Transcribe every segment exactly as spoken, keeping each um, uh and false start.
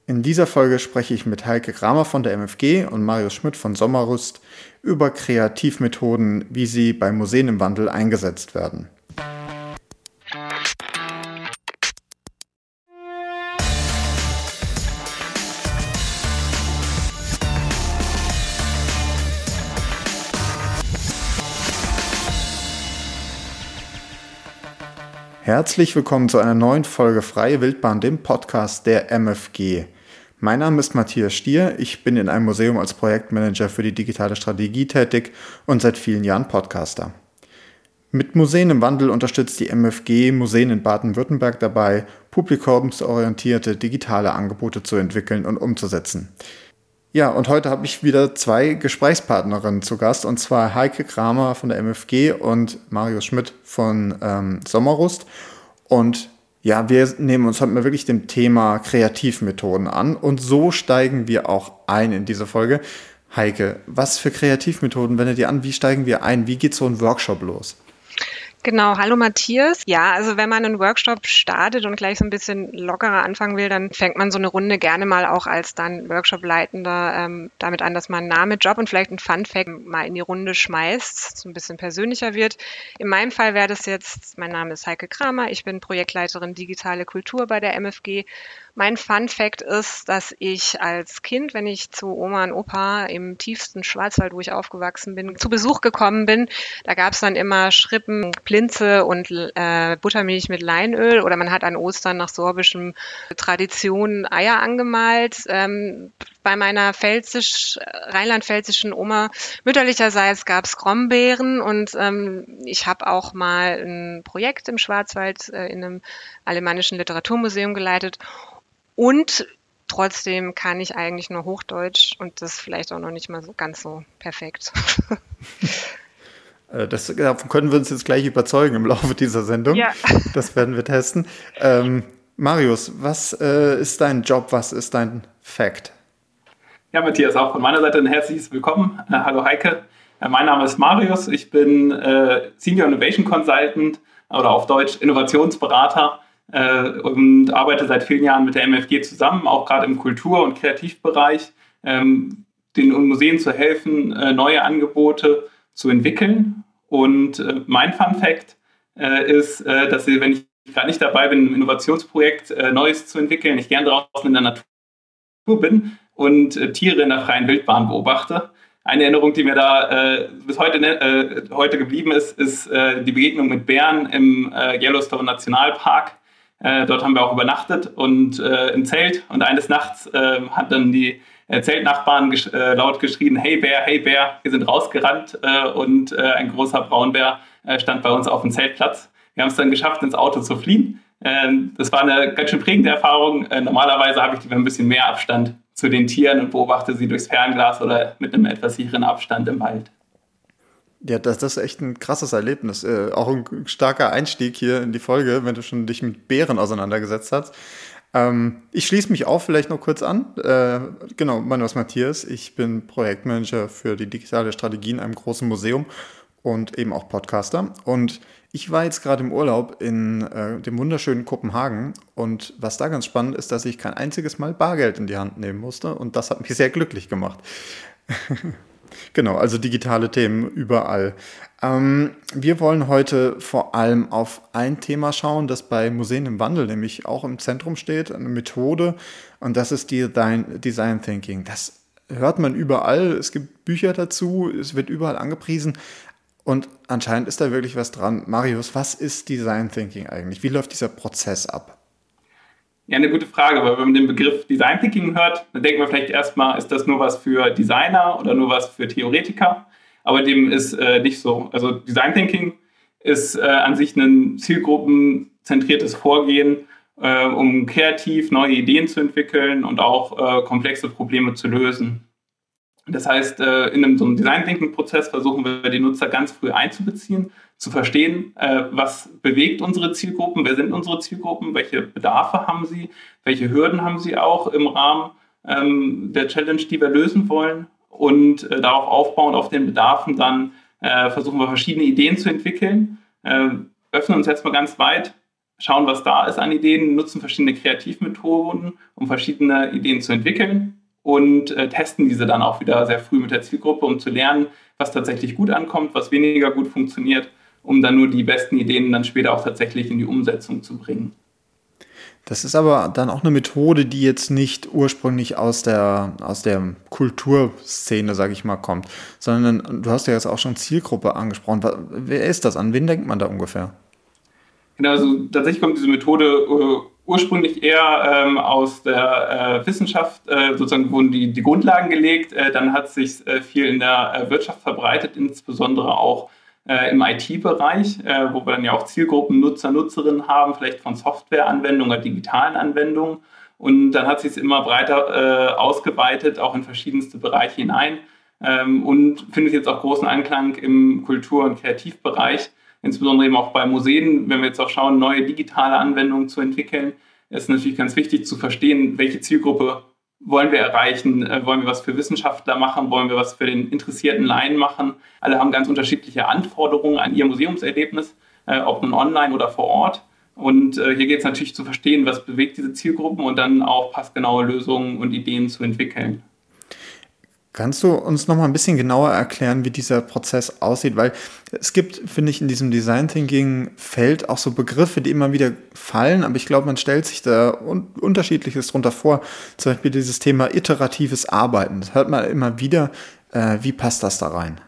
In dieser Folge spreche ich mit Heike Kramer von der M F G und Marius Schmidt von Sommerrust über Kreativmethoden, wie sie bei Museen im Wandel eingesetzt werden. Herzlich willkommen zu einer neuen Folge Freie Wildbahn, dem Podcast der M F G. Mein Name ist Matthias Stier, ich bin in einem Museum als Projektmanager für die digitale Strategie tätig und seit vielen Jahren Podcaster. Mit Museen im Wandel unterstützt die M F G Museen in Baden-Württemberg dabei, publikumsorientierte digitale Angebote zu entwickeln und umzusetzen. Ja, und heute habe ich wieder zwei Gesprächspartnerinnen zu Gast, und zwar Heike Kramer von der M F G und Marius Schmidt von ähm, Sommerrust. Und ja, wir nehmen uns heute mal wirklich dem Thema Kreativmethoden an, und so steigen wir auch ein in diese Folge. Heike, was für Kreativmethoden wendet ihr an? Wie steigen wir ein? Wie geht so ein Workshop los? Genau, hallo Matthias. Ja, also wenn man einen Workshop startet und gleich so ein bisschen lockerer anfangen will, dann fängt man so eine Runde gerne mal auch als dann Workshop-Leitender ähm, damit an, dass man Name, Job und vielleicht ein Fun-Fact mal in die Runde schmeißt, so ein bisschen persönlicher wird. In meinem Fall wäre das jetzt, mein Name ist Heike Kramer, ich bin Projektleiterin Digitale Kultur bei der M F G. Mein Fun-Fact ist, dass ich als Kind, wenn ich zu Oma und Opa im tiefsten Schwarzwald, wo ich aufgewachsen bin, zu Besuch gekommen bin, da gab es dann immer Schrippen, Plinze und äh, Buttermilch mit Leinöl, oder man hat an Ostern nach sorbischem Tradition Eier angemalt. Ähm, bei meiner pfälzisch, rheinland-pfälzischen Oma mütterlicherseits gab es Brombeeren, und ähm, ich habe auch mal ein Projekt im Schwarzwald äh, in einem alemannischen Literaturmuseum geleitet. Und trotzdem kann ich eigentlich nur Hochdeutsch, und das vielleicht auch noch nicht mal so ganz so perfekt. Das, davon können wir uns jetzt gleich überzeugen im Laufe dieser Sendung. Ja. Das werden wir testen. Ähm, Marius, was äh, ist dein Job? Was ist dein Fact? Ja, Matthias, auch von meiner Seite ein herzliches Willkommen. Äh, hallo Heike. Äh, mein Name ist Marius. Ich bin äh, Senior Innovation Consultant oder auf Deutsch Innovationsberater äh, und arbeite seit vielen Jahren mit der M F G zusammen, auch gerade im Kultur- und Kreativbereich, ähm, den Museen zu helfen, äh, neue Angebote zu entwickeln. Und äh, mein Fun Fact äh, ist, äh, dass ich, wenn ich gerade nicht dabei bin, im Innovationsprojekt äh, Neues zu entwickeln, ich gern draußen in der Natur bin und äh, Tiere in der freien Wildbahn beobachte. Eine Erinnerung, die mir da äh, bis heute, äh, heute geblieben ist, ist äh, die Begegnung mit Bären im äh, Yellowstone Nationalpark. Äh, dort haben wir auch übernachtet und äh, im Zelt, und eines Nachts äh, hat dann die äh, Zeltnachbarn gesch- äh, laut geschrien: Hey Bär, hey Bär, wir sind rausgerannt, äh, und äh, ein großer Braunbär äh, stand bei uns auf dem Zeltplatz. Wir haben es dann geschafft, ins Auto zu fliehen. Äh, das war eine ganz schön prägende Erfahrung. Äh, normalerweise habe ich lieber ein bisschen mehr Abstand zu den Tieren und beobachte sie durchs Fernglas oder mit einem etwas sicheren Abstand im Wald. Ja, das, das ist echt ein krasses Erlebnis. Äh, auch ein starker Einstieg hier in die Folge, wenn du schon dich mit Bären auseinandergesetzt hast. Ähm, ich schließe mich auch vielleicht noch kurz an. Äh, genau, mein Name ist Matthias. Ich bin Projektmanager für die digitale Strategie in einem großen Museum und eben auch Podcaster. Und ich war jetzt gerade im Urlaub in äh, dem wunderschönen Kopenhagen. Und was da ganz spannend ist, dass ich kein einziges Mal Bargeld in die Hand nehmen musste. Und das hat mich sehr glücklich gemacht. Genau, also digitale Themen überall. Ähm, wir wollen heute vor allem auf ein Thema schauen, das bei Museen im Wandel nämlich auch im Zentrum steht, eine Methode, und das ist die Design Thinking. Das hört man überall, es gibt Bücher dazu, es wird überall angepriesen, und anscheinend ist da wirklich was dran. Marius, was ist Design Thinking eigentlich? Wie läuft dieser Prozess ab? Ja, eine gute Frage, weil wenn man den Begriff Design Thinking hört, dann denkt man vielleicht erstmal, ist das nur was für Designer oder nur was für Theoretiker? Aber dem ist äh, nicht so. Also Design Thinking ist äh, an sich ein zielgruppenzentriertes Vorgehen, äh, um kreativ neue Ideen zu entwickeln und auch äh, komplexe Probleme zu lösen. Das heißt, äh, in einem so einem Design Thinking Prozess versuchen wir, die Nutzer ganz früh einzubeziehen, zu verstehen, äh, was bewegt unsere Zielgruppen, wer sind unsere Zielgruppen, welche Bedarfe haben sie, welche Hürden haben sie auch im Rahmen ähm, der Challenge, die wir lösen wollen, und äh, darauf aufbauend auf den Bedarfen dann äh, versuchen wir verschiedene Ideen zu entwickeln, äh, öffnen uns jetzt mal ganz weit schauen, was da ist an Ideen, nutzen verschiedene Kreativmethoden, um verschiedene Ideen zu entwickeln und äh, testen diese dann auch wieder sehr früh mit der Zielgruppe, um zu lernen, was tatsächlich gut ankommt, was weniger gut funktioniert, um dann nur die besten Ideen dann später auch tatsächlich in die Umsetzung zu bringen. Das ist aber dann auch eine Methode, die jetzt nicht ursprünglich aus der, aus der Kulturszene, sage ich mal, kommt, sondern du hast ja jetzt auch schon Zielgruppe angesprochen. Wer ist das? An wen denkt man da ungefähr? Genau, also tatsächlich kommt diese Methode äh, ursprünglich eher ähm, aus der äh, Wissenschaft, äh, sozusagen wurden die, die Grundlagen gelegt, äh, dann hat sich äh, viel in der äh, Wirtschaft verbreitet, insbesondere auch äh, im I T-Bereich, äh, wo wir dann ja auch Zielgruppen Nutzer, Nutzerinnen haben, vielleicht von Softwareanwendungen oder digitalen Anwendungen. Und dann hat sich es immer breiter äh, ausgeweitet, auch in verschiedenste Bereiche hinein ähm, und findet jetzt auch großen Anklang im Kultur- und Kreativbereich. Insbesondere eben auch bei Museen, wenn wir jetzt auch schauen, neue digitale Anwendungen zu entwickeln, ist natürlich ganz wichtig zu verstehen, welche Zielgruppe wollen wir erreichen, äh, wollen wir was für Wissenschaftler machen, wollen wir was für den interessierten Laien machen. Alle haben ganz unterschiedliche Anforderungen an ihr Museumserlebnis, äh, ob nun online oder vor Ort. Und äh, hier geht es natürlich zu verstehen, was bewegt diese Zielgruppen und dann auch passgenaue Lösungen und Ideen zu entwickeln. Kannst du uns noch mal ein bisschen genauer erklären, wie dieser Prozess aussieht? Weil es gibt, finde ich, in diesem Design Thinking Feld auch so Begriffe, die immer wieder fallen, aber ich glaube, man stellt sich da un- Unterschiedliches drunter vor. Zum Beispiel dieses Thema iteratives Arbeiten. Das hört man immer wieder. Äh, wie passt das da rein?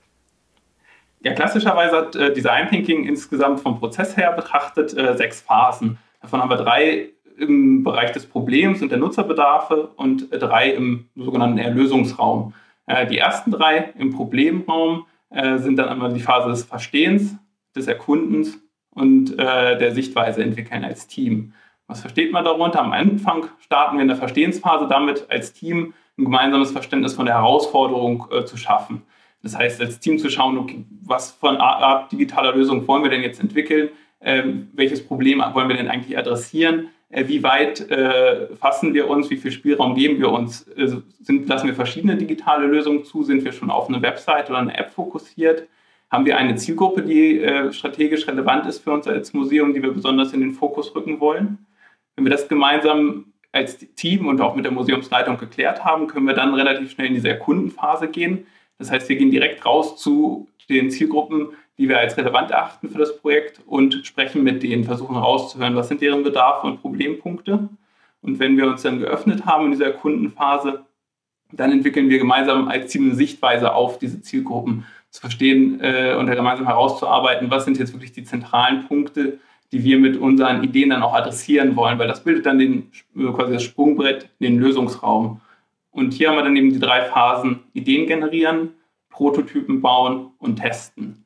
Ja, klassischerweise hat äh, Design Thinking insgesamt vom Prozess her betrachtet äh, sechs Phasen. Davon haben wir drei im Bereich des Problems und der Nutzerbedarfe und drei im sogenannten Erlösungsraum. Äh, die ersten drei im Problemraum äh, sind dann einmal die Phase des Verstehens, des Erkundens und äh, der Sichtweise entwickeln als Team. Was versteht man darunter? Am Anfang starten wir in der Verstehensphase damit, als Team ein gemeinsames Verständnis von der Herausforderung äh, zu schaffen. Das heißt, als Team zu schauen, okay, was von Art digitaler Lösung wollen wir denn jetzt entwickeln? Ähm, welches Problem wollen wir denn eigentlich adressieren? Wie weit äh, fassen wir uns, wie viel Spielraum geben wir uns? Äh, sind, lassen wir verschiedene digitale Lösungen zu? Sind wir schon auf eine Website oder eine App fokussiert? Haben wir eine Zielgruppe, die äh, strategisch relevant ist für uns als Museum, die wir besonders in den Fokus rücken wollen? Wenn wir das gemeinsam als Team und auch mit der Museumsleitung geklärt haben, können wir dann relativ schnell in diese Erkundenphase gehen. Das heißt, wir gehen direkt raus zu den Zielgruppen, die wir als relevant erachten für das Projekt und sprechen mit denen, versuchen herauszuhören, was sind deren Bedarfe und Problempunkte. Und wenn wir uns dann geöffnet haben in dieser Kundenphase, dann entwickeln wir gemeinsam als Team eine Sichtweise auf diese Zielgruppen, zu verstehen äh, und gemeinsam herauszuarbeiten, was sind jetzt wirklich die zentralen Punkte, die wir mit unseren Ideen dann auch adressieren wollen, weil das bildet dann den, quasi das Sprungbrett in den Lösungsraum. Und hier haben wir dann eben die drei Phasen: Ideen generieren, Prototypen bauen und testen.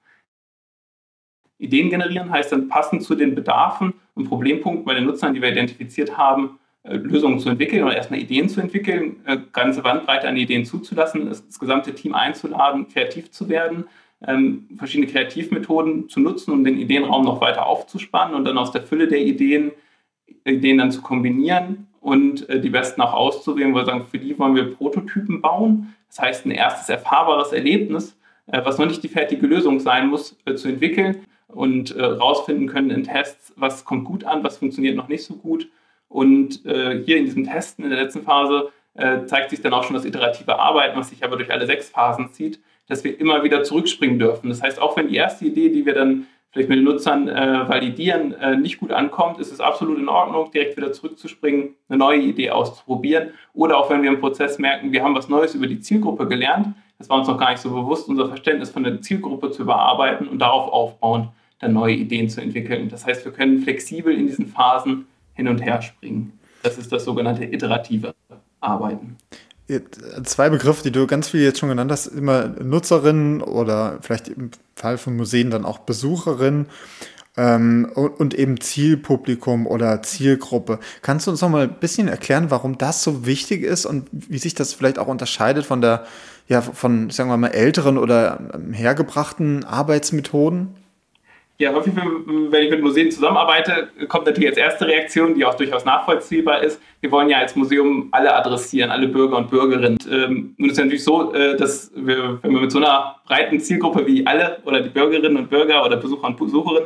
Ideen generieren heißt dann passend zu den Bedarfen und Problempunkten bei den Nutzern, die wir identifiziert haben, äh, Lösungen zu entwickeln oder erstmal Ideen zu entwickeln, äh, ganze Bandbreite an Ideen zuzulassen, das, das gesamte Team einzuladen, kreativ zu werden, ähm, verschiedene Kreativmethoden zu nutzen, um den Ideenraum noch weiter aufzuspannen und dann aus der Fülle der Ideen, Ideen dann zu kombinieren und äh, die besten auch auszuwählen, weil wir sagen, für die wollen wir Prototypen bauen. Das heißt, ein erstes erfahrbares Erlebnis, äh, was noch nicht die fertige Lösung sein muss, äh, zu entwickeln und äh, rausfinden können in Tests, was kommt gut an, was funktioniert noch nicht so gut. Und äh, hier in diesem Testen, in der letzten Phase, äh, zeigt sich dann auch schon das iterative Arbeiten, was sich aber durch alle sechs Phasen zieht, dass wir immer wieder zurückspringen dürfen. Das heißt, auch wenn die erste Idee, die wir dann vielleicht mit den Nutzern äh, validieren, äh, nicht gut ankommt, ist es absolut in Ordnung, direkt wieder zurückzuspringen, eine neue Idee auszuprobieren. Oder auch wenn wir im Prozess merken, wir haben was Neues über die Zielgruppe gelernt, das war uns noch gar nicht so bewusst, unser Verständnis von der Zielgruppe zu überarbeiten und darauf aufbauen, dann neue Ideen zu entwickeln. Das heißt, wir können flexibel in diesen Phasen hin und her springen. Das ist das sogenannte iterative Arbeiten. Zwei Begriffe, die du ganz viel jetzt schon genannt hast, immer Nutzerinnen oder vielleicht im Fall von Museen dann auch Besucherinnen ähm, und, und eben Zielpublikum oder Zielgruppe. Kannst du uns noch mal ein bisschen erklären, warum das so wichtig ist und wie sich das vielleicht auch unterscheidet von der, ja, von, sagen wir mal, älteren oder hergebrachten Arbeitsmethoden? Ja, häufig, wenn ich mit Museen zusammenarbeite, kommt natürlich als erste Reaktion, die auch durchaus nachvollziehbar ist. Wir wollen ja als Museum alle adressieren, alle Bürger und Bürgerinnen. Ähm, nun ist es natürlich so, dass wir, wenn wir mit so einer breiten Zielgruppe wie alle oder die Bürgerinnen und Bürger oder Besucher und Besucherinnen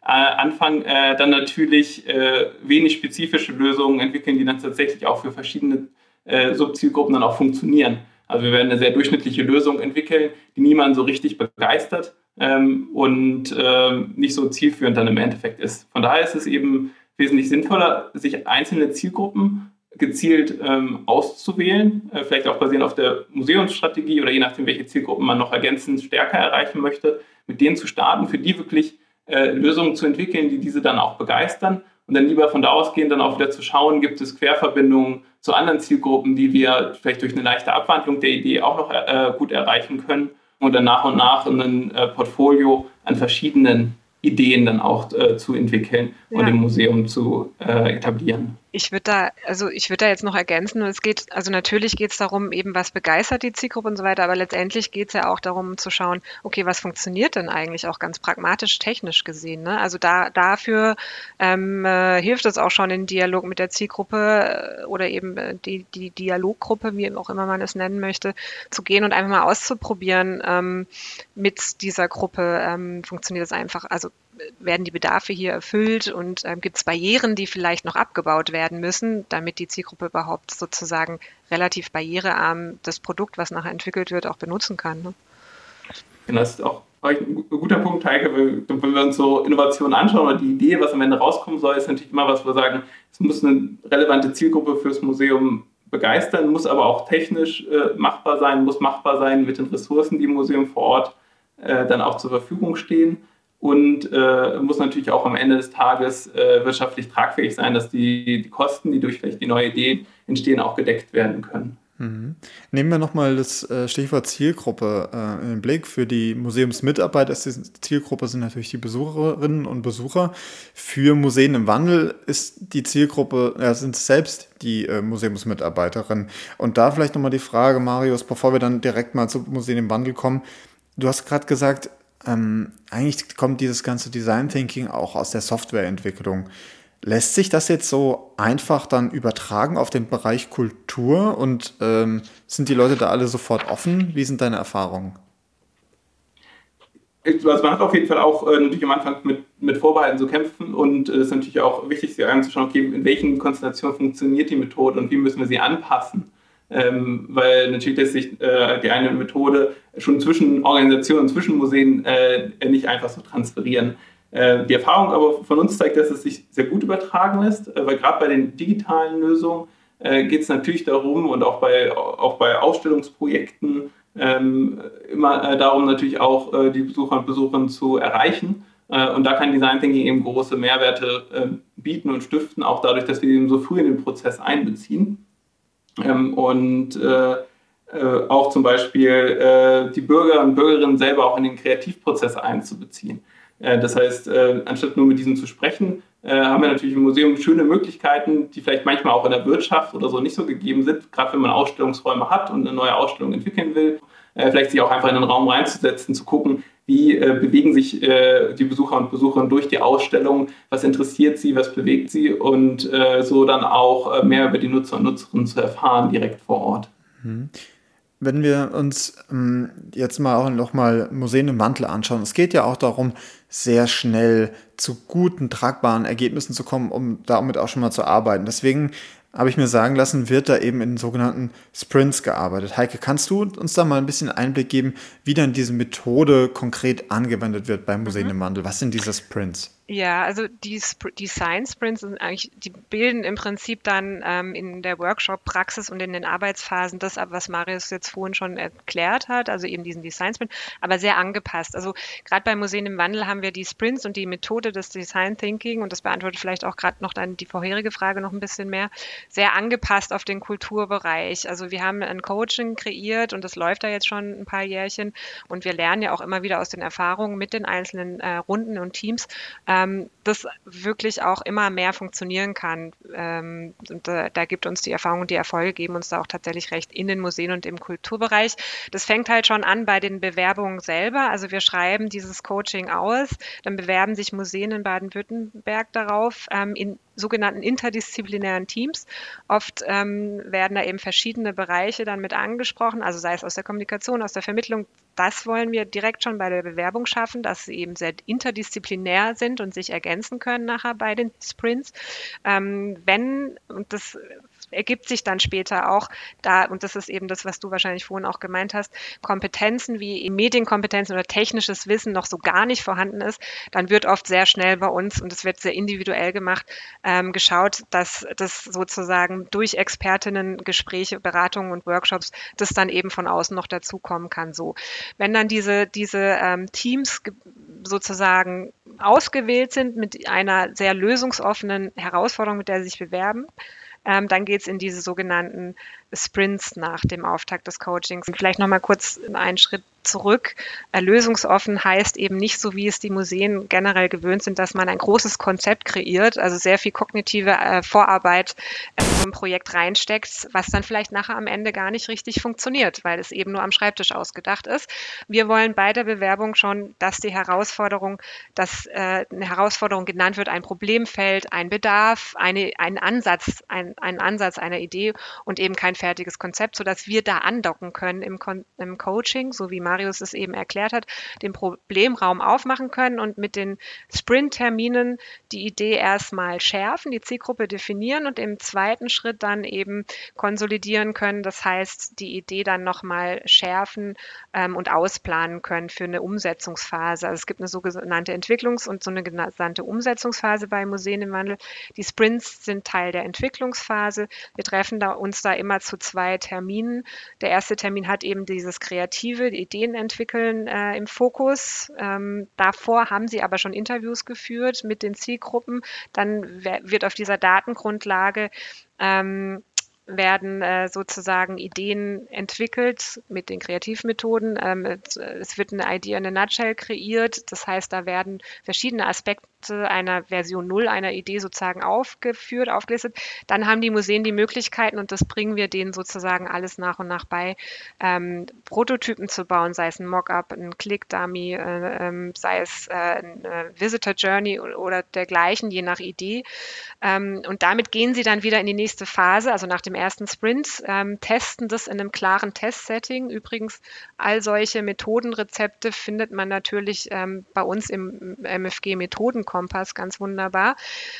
äh, anfangen, äh, dann natürlich äh, wenig spezifische Lösungen entwickeln, die dann tatsächlich auch für verschiedene äh, Subzielgruppen dann auch funktionieren. Also wir werden eine sehr durchschnittliche Lösung entwickeln, die niemanden so richtig begeistert ähm, und äh, nicht so zielführend dann im Endeffekt ist. Von daher ist es eben wesentlich sinnvoller, sich einzelne Zielgruppen gezielt ähm, auszuwählen, äh, vielleicht auch basierend auf der Museumsstrategie oder je nachdem, welche Zielgruppen man noch ergänzend stärker erreichen möchte, mit denen zu starten, für die wirklich äh, Lösungen zu entwickeln, die diese dann auch begeistern und dann lieber von da ausgehend dann auch wieder zu schauen, gibt es Querverbindungen zu anderen Zielgruppen, die wir vielleicht durch eine leichte Abwandlung der Idee auch noch äh, gut erreichen können und dann nach und nach ein äh, Portfolio an verschiedenen Ideen dann auch äh, zu entwickeln ja. und im Museum zu äh, etablieren. Ich würde da, also ich würde da jetzt noch ergänzen, es geht, also natürlich geht es darum, eben was begeistert die Zielgruppe und so weiter, aber letztendlich geht es ja auch darum zu schauen, okay, was funktioniert denn eigentlich auch ganz pragmatisch, technisch gesehen, ne? Also da dafür ähm, äh, hilft es auch schon in Dialog mit der Zielgruppe äh, oder eben äh, die, die Dialoggruppe, wie auch immer man es nennen möchte, zu gehen und einfach mal auszuprobieren ähm, mit dieser Gruppe, ähm, funktioniert das einfach, also werden die Bedarfe hier erfüllt und ähm, gibt es Barrieren, die vielleicht noch abgebaut werden müssen, damit die Zielgruppe überhaupt sozusagen relativ barrierearm das Produkt, was nachher entwickelt wird, auch benutzen kann. Ne? Genau, das ist auch ein guter Punkt, Heike. Wenn wir uns so Innovationen anschauen oder die Idee, was am Ende rauskommen soll, ist natürlich immer was, wo wir sagen, es muss eine relevante Zielgruppe fürs Museum begeistern, muss aber auch technisch äh, machbar sein, muss machbar sein mit den Ressourcen, die im Museum vor Ort äh, dann auch zur Verfügung stehen. Und äh, muss natürlich auch am Ende des Tages äh, wirtschaftlich tragfähig sein, dass die, die Kosten, die durch vielleicht die neue Idee entstehen, auch gedeckt werden können. Mhm. Nehmen wir nochmal das äh, Stichwort Zielgruppe äh, in den Blick. Für die Museumsmitarbeiter ist die Zielgruppe sind natürlich die Besucherinnen und Besucher. Für Museen im Wandel ist die Zielgruppe, ja, sind selbst die äh, Museumsmitarbeiterinnen. Und da vielleicht nochmal die Frage, Marius, bevor wir dann direkt mal zu Museen im Wandel kommen. Du hast gerade gesagt, Ähm, eigentlich kommt dieses ganze Design Thinking auch aus der Softwareentwicklung. Lässt sich das jetzt so einfach dann übertragen auf den Bereich Kultur und ähm, sind die Leute da alle sofort offen? Wie sind deine Erfahrungen? Also man hat auf jeden Fall auch äh, natürlich am Anfang mit, mit Vorbehalten zu kämpfen und es äh, ist natürlich auch wichtig, sich anzuschauen, okay, in welchen Konstellationen funktioniert die Methode und wie müssen wir sie anpassen. Ähm, weil natürlich lässt sich äh, die eine Methode schon zwischen Organisationen und zwischen Museen äh, nicht einfach so transferieren. Äh, die Erfahrung aber von uns zeigt, dass es sich sehr gut übertragen lässt, äh, weil gerade bei den digitalen Lösungen äh, geht es natürlich darum und auch bei, auch bei Ausstellungsprojekten ähm, immer äh, darum natürlich auch äh, die Besucher und Besucherinnen zu erreichen. Äh, und da kann Design Thinking eben große Mehrwerte äh, bieten und stiften, auch dadurch, dass wir eben so früh in den Prozess einbeziehen. Ähm, und äh, äh, auch zum Beispiel äh, die Bürger und Bürgerinnen selber auch in den Kreativprozess einzubeziehen. Äh, das heißt, äh, anstatt nur mit diesen zu sprechen, äh, haben wir natürlich im Museum schöne Möglichkeiten, die vielleicht manchmal auch in der Wirtschaft oder so nicht so gegeben sind, gerade wenn man Ausstellungsräume hat und eine neue Ausstellung entwickeln will, äh, vielleicht sich auch einfach in den Raum reinzusetzen, zu gucken, wie äh, bewegen sich äh, die Besucher und Besucherinnen durch die Ausstellung, was interessiert sie, was bewegt sie und äh, so dann auch äh, mehr über die Nutzer und Nutzerinnen zu erfahren, direkt vor Ort. Wenn wir uns ähm, jetzt mal auch noch mal Museen im Wandel anschauen, es geht ja auch darum, sehr schnell zu guten, tragbaren Ergebnissen zu kommen, um damit auch schon mal zu arbeiten. Deswegen habe ich mir sagen lassen, wird da eben in sogenannten Sprints gearbeitet. Heike, kannst du uns da mal ein bisschen Einblick geben, wie dann diese Methode konkret angewendet wird beim Museen mhm. im Wandel? Was sind diese Sprints? Ja, also die Design Sprints sind eigentlich, die bilden im Prinzip dann ähm, in der Workshop-Praxis und in den Arbeitsphasen das ab, was Marius jetzt vorhin schon erklärt hat, also eben diesen Design Sprint, aber sehr angepasst. Also gerade bei Museen im Wandel haben wir die Sprints und die Methode des Design Thinking, und das beantwortet vielleicht auch gerade noch dann die vorherige Frage noch ein bisschen mehr, sehr angepasst auf den Kulturbereich. Also wir haben ein Coaching kreiert und das läuft da jetzt schon ein paar Jährchen und wir lernen ja auch immer wieder aus den Erfahrungen mit den einzelnen äh, Runden und Teams, äh, das wirklich auch immer mehr funktionieren kann. Ähm, und da, da gibt uns die Erfahrung und die Erfolge geben uns da auch tatsächlich recht in den Museen und im Kulturbereich. Das fängt halt schon an bei den Bewerbungen selber. Also wir schreiben dieses Coaching aus, dann bewerben sich Museen in Baden-Württemberg darauf, ähm, in sogenannten interdisziplinären Teams. Oft ähm, werden da eben verschiedene Bereiche dann mit angesprochen, also sei es aus der Kommunikation, aus der Vermittlung. Das wollen wir direkt schon bei der Bewerbung schaffen, dass sie eben sehr interdisziplinär sind und sich ergänzen können nachher bei den Sprints. Ähm, wenn, und das ergibt sich dann später auch da, und das ist eben das, was du wahrscheinlich vorhin auch gemeint hast, Kompetenzen wie Medienkompetenzen oder technisches Wissen noch so gar nicht vorhanden ist, dann wird oft sehr schnell bei uns, und es wird sehr individuell gemacht, ähm, geschaut, dass das sozusagen durch Expertinnen, Gespräche, Beratungen und Workshops das dann eben von außen noch dazukommen kann. So, wenn dann diese, diese ähm, Teams sozusagen ausgewählt sind mit einer sehr lösungsoffenen Herausforderung, mit der sie sich bewerben, Ähm, dann geht es in diese sogenannten Sprints nach dem Auftakt des Coachings. Und vielleicht nochmal kurz einen Schritt zurück. Äh, lösungsoffen heißt eben nicht so, wie es die Museen generell gewöhnt sind, dass man ein großes Konzept kreiert, also sehr viel kognitive äh, Vorarbeit in so ein Projekt reinsteckt, was dann vielleicht nachher am Ende gar nicht richtig funktioniert, weil es eben nur am Schreibtisch ausgedacht ist. Wir wollen bei der Bewerbung schon, dass die Herausforderung, dass äh, eine Herausforderung genannt wird, ein Problemfeld, ein Bedarf, eine, ein Ansatz, ein, ein Ansatz einer Idee und eben kein fertiges Konzept, sodass wir da andocken können im, Kon- im Coaching, so wie Marius es eben erklärt hat, den Problemraum aufmachen können und mit den Sprint-Terminen die Idee erstmal schärfen, die Zielgruppe definieren und im zweiten Schritt dann eben konsolidieren können. Das heißt, die Idee dann nochmal schärfen ähm, und ausplanen können für eine Umsetzungsphase. Also es gibt eine sogenannte Entwicklungs- und so eine genannte Umsetzungsphase bei Museen im Wandel. Die Sprints sind Teil der Entwicklungsphase. Wir treffen da uns da immer zu zwei Terminen. Der erste Termin hat eben dieses kreative, die Ideen entwickeln äh, im Fokus. Ähm, davor haben sie aber schon Interviews geführt mit den Zielgruppen. Dann wird auf dieser Datengrundlage ähm, werden äh, sozusagen Ideen entwickelt mit den Kreativmethoden. Ähm, es wird eine Idea in a nutshell kreiert. Das heißt, da werden verschiedene Aspekte einer Version null einer Idee sozusagen aufgeführt, aufgelistet. Dann haben die Museen die Möglichkeiten, und das bringen wir denen sozusagen alles nach und nach bei, ähm, Prototypen zu bauen, sei es ein Mockup, ein Click-Dummy, äh, ähm, sei es äh, eine Visitor Journey oder dergleichen, je nach Idee. Ähm, und damit gehen sie dann wieder in die nächste Phase, also nach dem ersten Sprint, ähm, testen das in einem klaren Testsetting. Übrigens, all solche Methodenrezepte findet man natürlich ähm, bei uns im M F G-Methodenkompass ganz wunderbar.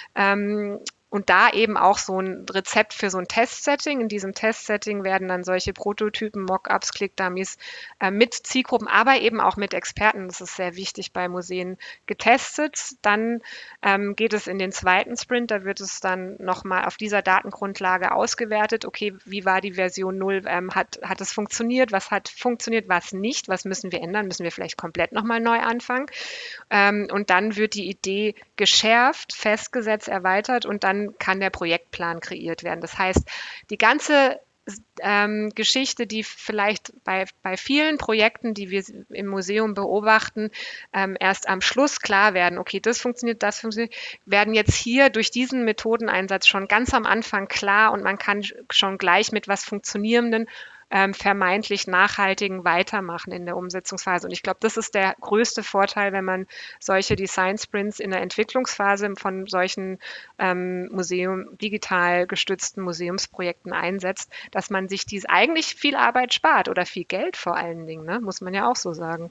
Ähm, Und da eben auch so ein Rezept für so ein Testsetting. In diesem Testsetting werden dann solche Prototypen, Mockups, Click-Dummies äh, mit Zielgruppen, aber eben auch mit Experten, das ist sehr wichtig bei Museen, getestet. Dann ähm, geht es in den zweiten Sprint, da wird es dann nochmal auf dieser Datengrundlage ausgewertet. Okay, wie war die Version null? Ähm, hat, hat es funktioniert? Was hat funktioniert? Was nicht? Was müssen wir ändern? Müssen wir vielleicht komplett nochmal neu anfangen? Ähm, und dann wird die Idee geschärft, festgesetzt, erweitert und dann kann der Projektplan kreiert werden. Das heißt, die ganze ähm, Geschichte, die vielleicht bei, bei vielen Projekten, die wir im Museum beobachten, ähm, erst am Schluss klar werden, okay, das funktioniert, das funktioniert, werden jetzt hier durch diesen Methodeneinsatz schon ganz am Anfang klar und man kann schon gleich mit was Funktionierenden Ähm, vermeintlich nachhaltigen weitermachen in der Umsetzungsphase. Und ich glaube, das ist der größte Vorteil, wenn man solche Design Sprints in der Entwicklungsphase von solchen ähm, Museum, digital gestützten Museumsprojekten einsetzt, dass man sich dies eigentlich viel Arbeit spart oder viel Geld vor allen Dingen, ne? Muss man ja auch so sagen.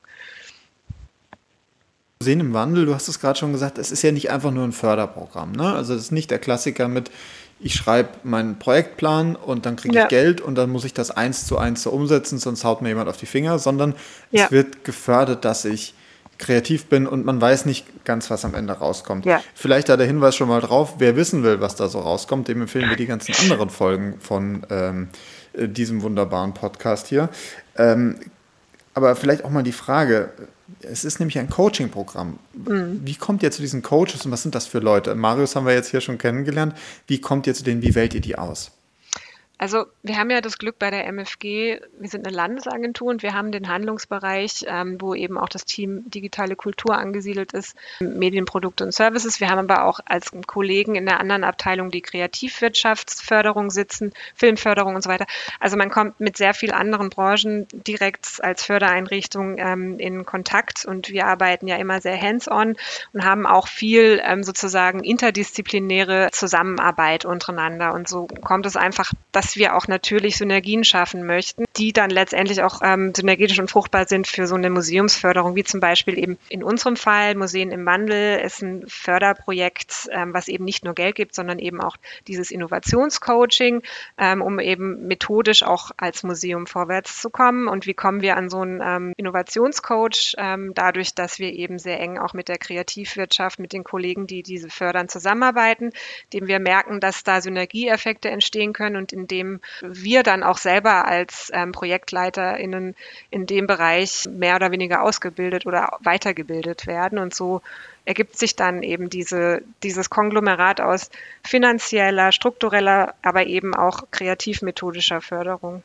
Museen im Wandel, du hast es gerade schon gesagt, es ist ja nicht einfach nur ein Förderprogramm, ne? Also es ist nicht der Klassiker mit, ich schreibe meinen Projektplan und dann kriege ich ja. Geld und dann muss ich das eins zu eins so umsetzen, sonst haut mir jemand auf die Finger, sondern ja. es wird gefördert, dass ich kreativ bin und man weiß nicht ganz, was am Ende rauskommt. Ja. Vielleicht da der Hinweis schon mal drauf, wer wissen will, was da so rauskommt, dem empfehlen wir die ganzen anderen Folgen von ähm, diesem wunderbaren Podcast hier. Ähm, aber vielleicht auch mal die Frage, es ist nämlich ein Coaching-Programm. Mhm. Wie kommt ihr zu diesen Coaches und was sind das für Leute? Marius haben wir jetzt hier schon kennengelernt. Wie kommt ihr zu denen, wie wählt ihr die aus? Also wir haben ja das Glück bei der M F G, wir sind eine Landesagentur und wir haben den Handlungsbereich, ähm, wo eben auch das Team Digitale Kultur angesiedelt ist, Medienprodukte und Services. Wir haben aber auch als Kollegen in der anderen Abteilung die Kreativwirtschaftsförderung sitzen, Filmförderung und so weiter. Also man kommt mit sehr vielen anderen Branchen direkt als Fördereinrichtung ähm, in Kontakt und wir arbeiten ja immer sehr hands-on und haben auch viel ähm, sozusagen interdisziplinäre Zusammenarbeit untereinander und so kommt es einfach, dass wir auch natürlich Synergien schaffen möchten, die dann letztendlich auch ähm, synergetisch und fruchtbar sind für so eine Museumsförderung, wie zum Beispiel eben in unserem Fall Museen im Wandel ist ein Förderprojekt, ähm, was eben nicht nur Geld gibt, sondern eben auch dieses Innovationscoaching, ähm, um eben methodisch auch als Museum vorwärts zu kommen. Und wie kommen wir an so einen ähm, Innovationscoach? Ähm, dadurch, dass wir eben sehr eng auch mit der Kreativwirtschaft, mit den Kollegen, die diese fördern, zusammenarbeiten, indem wir merken, dass da Synergieeffekte entstehen können und indem wir dann auch selber als ähm, ProjektleiterInnen in dem Bereich mehr oder weniger ausgebildet oder weitergebildet werden. Und so ergibt sich dann eben diese, dieses Konglomerat aus finanzieller, struktureller, aber eben auch kreativ-methodischer Förderung.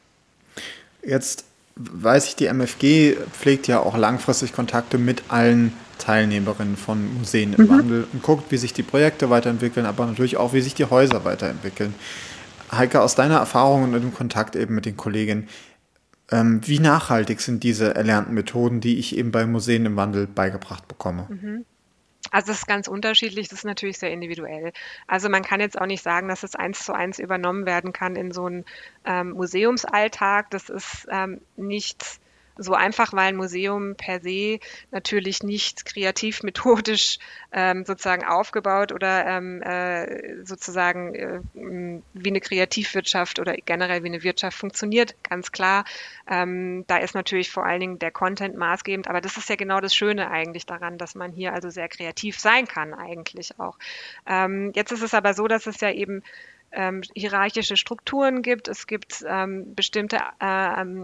Jetzt weiß ich, die M F G pflegt ja auch langfristig Kontakte mit allen Teilnehmerinnen von Museen im mhm. Wandel und guckt, wie sich die Projekte weiterentwickeln, aber natürlich auch, wie sich die Häuser weiterentwickeln. Heike, aus deiner Erfahrung und dem Kontakt eben mit den Kolleginnen, ähm, wie nachhaltig sind diese erlernten Methoden, die ich eben bei Museen im Wandel beigebracht bekomme? Mhm. Also das ist ganz unterschiedlich, das ist natürlich sehr individuell. Also man kann jetzt auch nicht sagen, dass es eins zu eins übernommen werden kann in so einen ähm, Museumsalltag. Das ist ähm, nicht so einfach, weil ein Museum per se natürlich nicht kreativ-methodisch ähm, sozusagen aufgebaut oder ähm, äh, sozusagen äh, wie eine Kreativwirtschaft oder generell wie eine Wirtschaft funktioniert, ganz klar. Ähm, da ist natürlich vor allen Dingen der Content maßgebend, aber das ist ja genau das Schöne eigentlich daran, dass man hier also sehr kreativ sein kann eigentlich auch. Ähm, jetzt ist es aber so, dass es ja eben Ähm, hierarchische Strukturen gibt. Es gibt ähm, bestimmte ähm,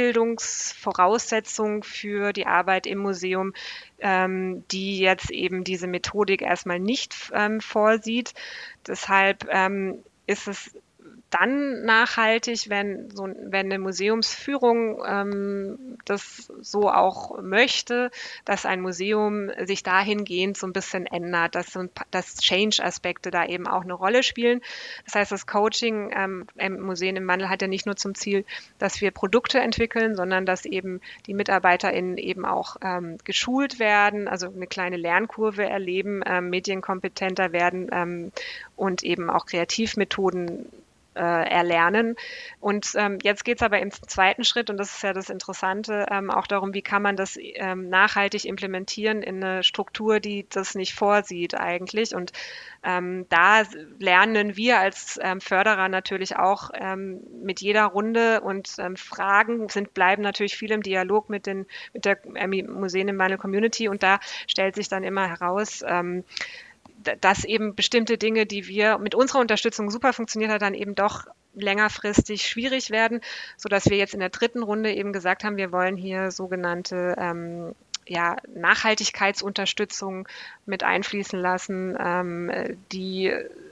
Ausbildungsvoraussetzungen für die Arbeit im Museum, ähm, die jetzt eben diese Methodik erstmal nicht ähm, vorsieht. Deshalb ähm, ist es dann nachhaltig, wenn so wenn eine Museumsführung ähm, das so auch möchte, dass ein Museum sich dahingehend so ein bisschen ändert, dass, so ein, dass Change-Aspekte da eben auch eine Rolle spielen. Das heißt, das Coaching ähm, im Museen im Wandel hat ja nicht nur zum Ziel, dass wir Produkte entwickeln, sondern dass eben die MitarbeiterInnen eben auch ähm, geschult werden, also eine kleine Lernkurve erleben, ähm, medienkompetenter werden ähm, und eben auch Kreativmethoden erlernen. Und ähm, jetzt geht es aber im zweiten Schritt, und das ist ja das Interessante, ähm, auch darum, wie kann man das ähm, nachhaltig implementieren in eine Struktur, die das nicht vorsieht eigentlich. Und ähm, da lernen wir als ähm, Förderer natürlich auch ähm, mit jeder Runde und ähm, Fragen sind, bleiben natürlich viel im Dialog mit, den, mit der äh, Museen im Wandel Community und da stellt sich dann immer heraus, ähm, dass eben bestimmte Dinge, die wir mit unserer Unterstützung super funktioniert hat, dann eben doch längerfristig schwierig werden, sodass wir jetzt in der dritten Runde eben gesagt haben, wir wollen hier sogenannte ähm, ja, Nachhaltigkeitsunterstützung mit einfließen lassen, ähm, die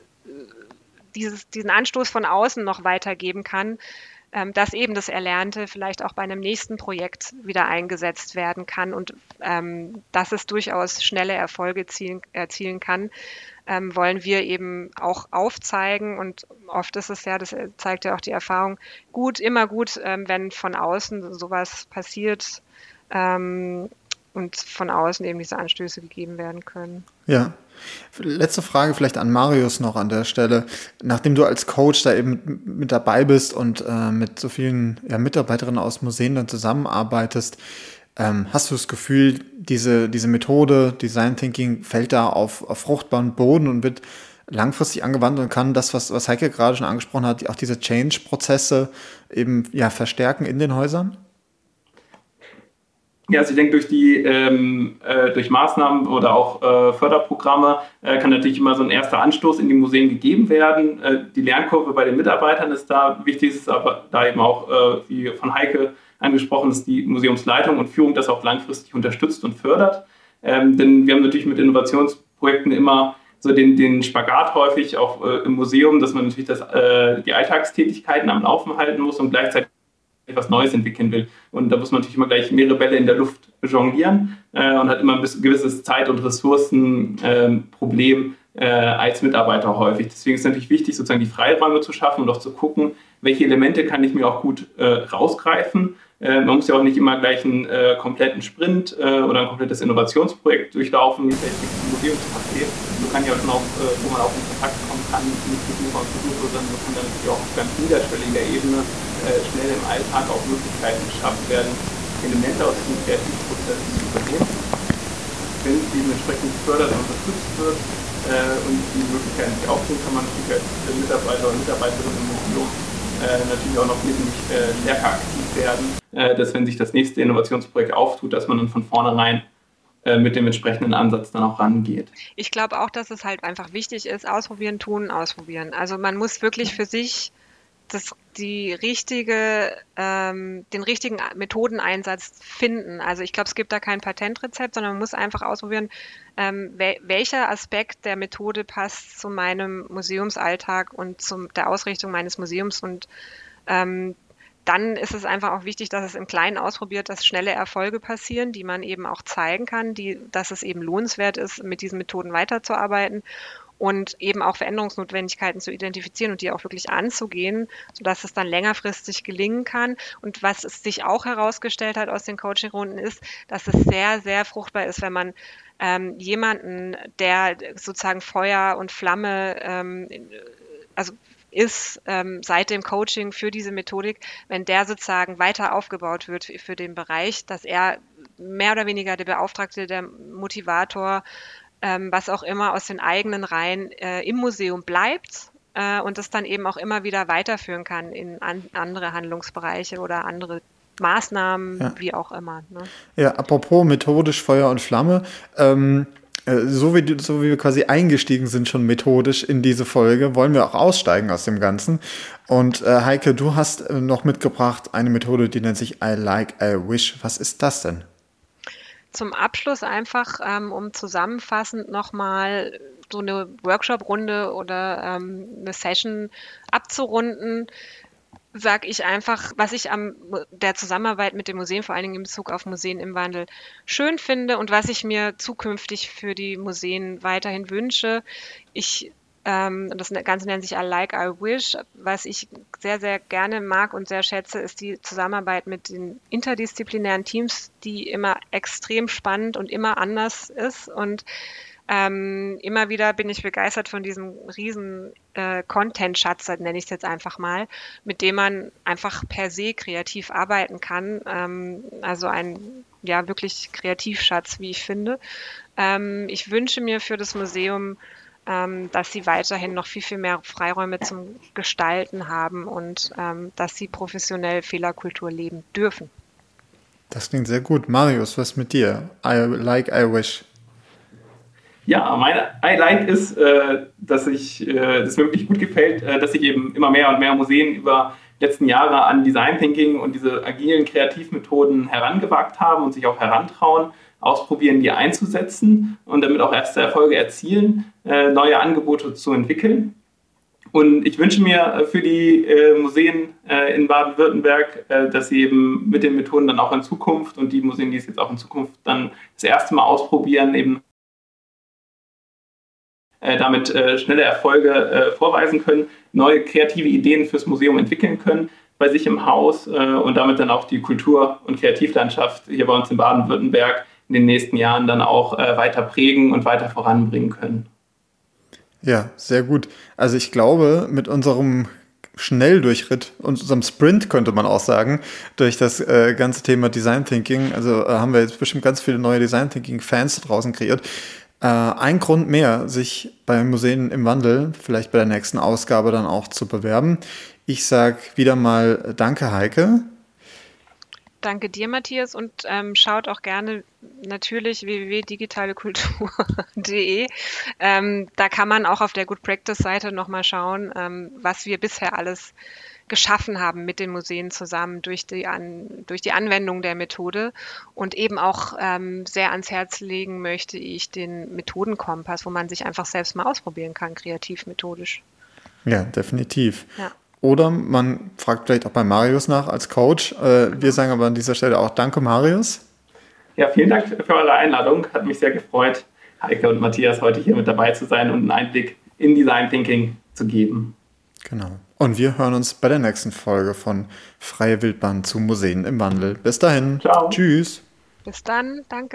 dieses, diesen Anstoß von außen noch weitergeben kann, ähm, dass eben das Erlernte vielleicht auch bei einem nächsten Projekt wieder eingesetzt werden kann und ähm, dass es durchaus schnelle Erfolge erzielen, erzielen kann, ähm, wollen wir eben auch aufzeigen. Und oft ist es ja, das zeigt ja auch die Erfahrung, gut, immer gut, ähm, wenn von außen sowas passiert ähm, und von außen eben diese Anstöße gegeben werden können. Ja. Letzte Frage vielleicht an Marius noch an der Stelle. Nachdem du als Coach da eben mit dabei bist und äh, mit so vielen ja, Mitarbeiterinnen aus Museen dann zusammenarbeitest, ähm, hast du das Gefühl, diese, diese Methode, Design Thinking, fällt da auf, auf fruchtbaren Boden und wird langfristig angewandt und kann das, was, was Heike gerade schon angesprochen hat, auch diese Change-Prozesse eben ja, verstärken in den Häusern? Ja, also ich denke, durch die ähm, äh, durch Maßnahmen oder auch äh, Förderprogramme äh, kann natürlich immer so ein erster Anstoß in die Museen gegeben werden. Äh, die Lernkurve bei den Mitarbeitern ist da. Wichtig ist aber da eben auch, äh, wie von Heike angesprochen, dass die Museumsleitung und Führung das auch langfristig unterstützt und fördert. Ähm, denn wir haben natürlich mit Innovationsprojekten immer so den, den Spagat häufig auch äh, im Museum, dass man natürlich das, äh, die Alltagstätigkeiten am Laufen halten muss und gleichzeitig etwas Neues entwickeln will. Und da muss man natürlich immer gleich mehrere Bälle in der Luft jonglieren äh, und hat immer ein gewisses Zeit- und Ressourcenproblem äh, als Mitarbeiter häufig. Deswegen ist es natürlich wichtig, sozusagen die Freiräume zu schaffen und auch zu gucken, welche Elemente kann ich mir auch gut äh, rausgreifen. Äh, man muss ja auch nicht immer gleich einen äh, kompletten Sprint äh, oder ein komplettes Innovationsprojekt durchlaufen, wie vielleicht ein Museumspaket. So kann ja auch schon auch, äh, wo man auch in Kontakt kommen kann mit Besucher und Besucher, sondern so kann dann natürlich auch auf ganz niederschwelliger Ebene äh, schnell im Alltag auch Möglichkeiten geschaffen werden, Elemente aus dem Kreativprozess zu übernehmen. Wenn es eben entsprechend gefördert und unterstützt wird äh, und die Möglichkeiten sich auftun, kann man natürlich als Mitarbeiter und Mitarbeiterin im Museum äh, natürlich auch noch wesentlich äh, stärker aktiv werden, äh, dass wenn sich das nächste Innovationsprojekt auftut, dass man dann von vornherein äh, mit dem entsprechenden Ansatz dann auch rangeht. Ich glaube auch, dass es halt einfach wichtig ist, ausprobieren, tun, ausprobieren. Also man muss wirklich für sich das, die richtige, ähm, den richtigen Methodeneinsatz finden. Also ich glaube, es gibt da kein Patentrezept, sondern man muss einfach ausprobieren, ähm, wel, welcher Aspekt der Methode passt zu meinem Museumsalltag und zu der Ausrichtung meines Museums. Und ähm, dann ist es einfach auch wichtig, dass es im Kleinen ausprobiert, dass schnelle Erfolge passieren, die man eben auch zeigen kann, die, dass es eben lohnenswert ist, mit diesen Methoden weiterzuarbeiten. Und eben auch Veränderungsnotwendigkeiten zu identifizieren und die auch wirklich anzugehen, sodass es dann längerfristig gelingen kann. Und was es sich auch herausgestellt hat aus den Coaching-Runden ist, dass es sehr, sehr fruchtbar ist, wenn man ähm, jemanden, der sozusagen Feuer und Flamme, ähm, also ist ähm, seit dem Coaching für diese Methodik, wenn der sozusagen weiter aufgebaut wird für, für den Bereich, dass er mehr oder weniger der Beauftragte, der Motivator, Ähm, was auch immer aus den eigenen Reihen äh, im Museum bleibt äh, und das dann eben auch immer wieder weiterführen kann in an, andere Handlungsbereiche oder andere Maßnahmen, ja. Wie auch immer. Ne? Ja, apropos methodisch Feuer und Flamme, ähm, äh, so, wie, so wie wir quasi eingestiegen sind schon methodisch in diese Folge, wollen wir auch aussteigen aus dem Ganzen. Und äh, Heike, du hast äh, noch mitgebracht eine Methode, die nennt sich I Like, I Wish. Was ist das denn? Zum Abschluss einfach, ähm, um zusammenfassend nochmal so eine Workshop-Runde oder ähm, eine Session abzurunden, sage ich einfach, was ich an der Zusammenarbeit mit dem Museum, vor allen Dingen in Bezug auf Museen im Wandel, schön finde und was ich mir zukünftig für die Museen weiterhin wünsche. Ich Ähm, das Ganze nennt sich I Like, I Wish. Was ich sehr, sehr gerne mag und sehr schätze, ist die Zusammenarbeit mit den interdisziplinären Teams, die immer extrem spannend und immer anders ist. Und ähm, immer wieder bin ich begeistert von diesem riesen äh, Content-Schatz, nenne ich es jetzt einfach mal, mit dem man einfach per se kreativ arbeiten kann. Ähm, also ein ja wirklich Kreativschatz, wie ich finde. Ähm, ich wünsche mir für das Museum, Ähm, dass sie weiterhin noch viel, viel mehr Freiräume zum Gestalten haben und ähm, dass sie professionell Fehlerkultur leben dürfen. Das klingt sehr gut. Marius, was mit dir? I Like, I Wish. Ja, mein I Like ist, äh, dass ich, äh, das mir wirklich gut gefällt, äh, dass sich eben immer mehr und mehr Museen über die letzten Jahre an Design Thinking und diese agilen Kreativmethoden herangewagt haben und sich auch herantrauen, ausprobieren, die einzusetzen und damit auch erste Erfolge erzielen, äh, neue Angebote zu entwickeln. Und ich wünsche mir äh, für die äh, Museen äh, in Baden-Württemberg, äh, dass sie eben mit den Methoden dann auch in Zukunft und die Museen, die es jetzt auch in Zukunft dann das erste Mal ausprobieren, eben äh, damit äh, schnelle Erfolge äh, vorweisen können, neue kreative Ideen fürs Museum entwickeln können bei sich im Haus äh, und damit dann auch die Kultur- und Kreativlandschaft hier bei uns in Baden-Württemberg in den nächsten Jahren dann auch äh, weiter prägen und weiter voranbringen können. Ja, sehr gut. Also ich glaube, mit unserem Schnelldurchritt und unserem Sprint, könnte man auch sagen, durch das äh, ganze Thema Design Thinking, also äh, haben wir jetzt bestimmt ganz viele neue Design Thinking-Fans draußen kreiert. Äh, ein Grund mehr, sich bei Museen im Wandel, vielleicht bei der nächsten Ausgabe dann auch zu bewerben. Ich sage wieder mal Danke, Heike. Danke dir, Matthias, und ähm, schaut auch gerne natürlich w w w punkt digitalekultur punkt de. Ähm, da kann man auch auf der Good Practice Seite nochmal schauen, ähm, was wir bisher alles geschaffen haben mit den Museen zusammen durch die, An durch die Anwendung der Methode. Und eben auch ähm, sehr ans Herz legen möchte ich den Methodenkompass, wo man sich einfach selbst mal ausprobieren kann, kreativ, methodisch. Ja, definitiv. Ja. Oder man fragt vielleicht auch bei Marius nach als Coach. Äh, wir sagen aber an dieser Stelle auch Danke, Marius. Ja, vielen Dank für eure Einladung. Hat mich sehr gefreut, Heike und Matthias heute hier mit dabei zu sein und einen Einblick in Design Thinking zu geben. Genau. Und wir hören uns bei der nächsten Folge von Freie Wildbahn zu Museen im Wandel. Bis dahin. Ciao. Tschüss. Bis dann. Danke.